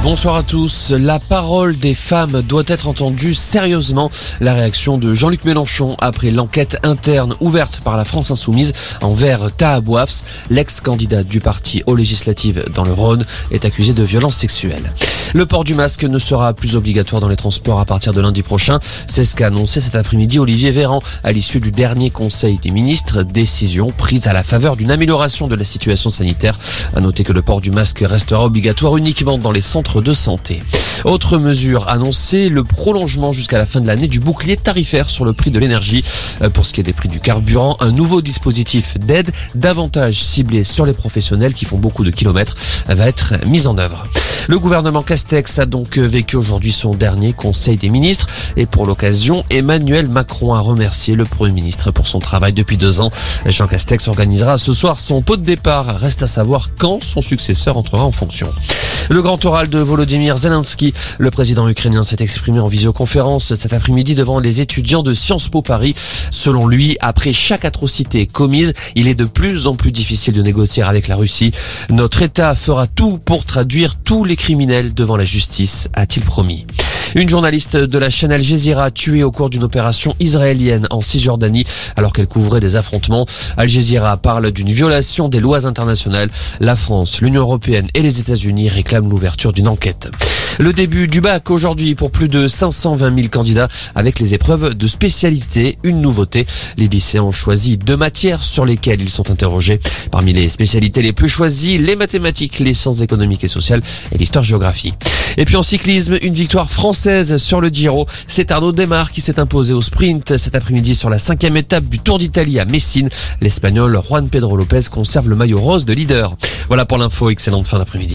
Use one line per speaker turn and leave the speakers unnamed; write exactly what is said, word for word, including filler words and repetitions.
Bonsoir à tous. La parole des femmes doit être entendue sérieusement. La réaction de Jean-Luc Mélenchon après l'enquête interne ouverte par la France Insoumise envers Taha Bouafs, l'ex-candidate du parti aux législatives dans le Rhône, est accusée de violences sexuelles. Le port du masque ne sera plus obligatoire dans les transports à partir de lundi prochain. C'est ce qu'a annoncé cet après-midi Olivier Véran à l'issue du dernier Conseil des ministres. Décision prise à la faveur d'une amélioration de la situation sanitaire. À noter que le port du masque restera obligatoire uniquement dans les centres de santé. Autre mesure annoncée, le prolongement jusqu'à la fin de l'année du bouclier tarifaire sur le prix de l'énergie. Pour ce qui est des prix du carburant, un nouveau dispositif d'aide davantage ciblé sur les professionnels qui font beaucoup de kilomètres va être mis en œuvre. Le gouvernement Castex a donc vécu aujourd'hui son dernier Conseil des ministres et pour l'occasion, Emmanuel Macron a remercié le Premier ministre pour son travail depuis deux ans. Jean Castex organisera ce soir son pot de départ. Reste à savoir quand son successeur entrera en fonction. Le grand oral de Volodymyr Zelensky, le président ukrainien s'est exprimé en visioconférence cet après-midi devant les étudiants de Sciences Po Paris. Selon lui, après chaque atrocité commise, il est de plus en plus difficile de négocier avec la Russie. Notre État fera tout pour traduire tous les criminels devant la justice, a-t-il promis. Une journaliste de la chaîne Al Jazeera tuée au cours d'une opération israélienne en Cisjordanie alors qu'elle couvrait des affrontements. Al Jazeera parle d'une violation des lois internationales. La France, l'Union européenne et les États-Unis réclament l'ouverture d'une enquête. Le début du bac aujourd'hui pour plus de cinq cent vingt mille candidats avec les épreuves de spécialité. Une nouveauté, les lycéens ont choisi deux matières sur lesquelles ils sont interrogés. Parmi les spécialités les plus choisies, les mathématiques, les sciences économiques et sociales et l'histoire-géographie. Et puis en cyclisme, une victoire française sur le Giro. C'est Arnaud Démare qui s'est imposé au sprint cet après-midi sur la cinquième étape du Tour d'Italie à Messine. L'Espagnol Juan Pedro Lopez conserve le maillot rose de leader. Voilà pour l'info, excellente fin d'après-midi.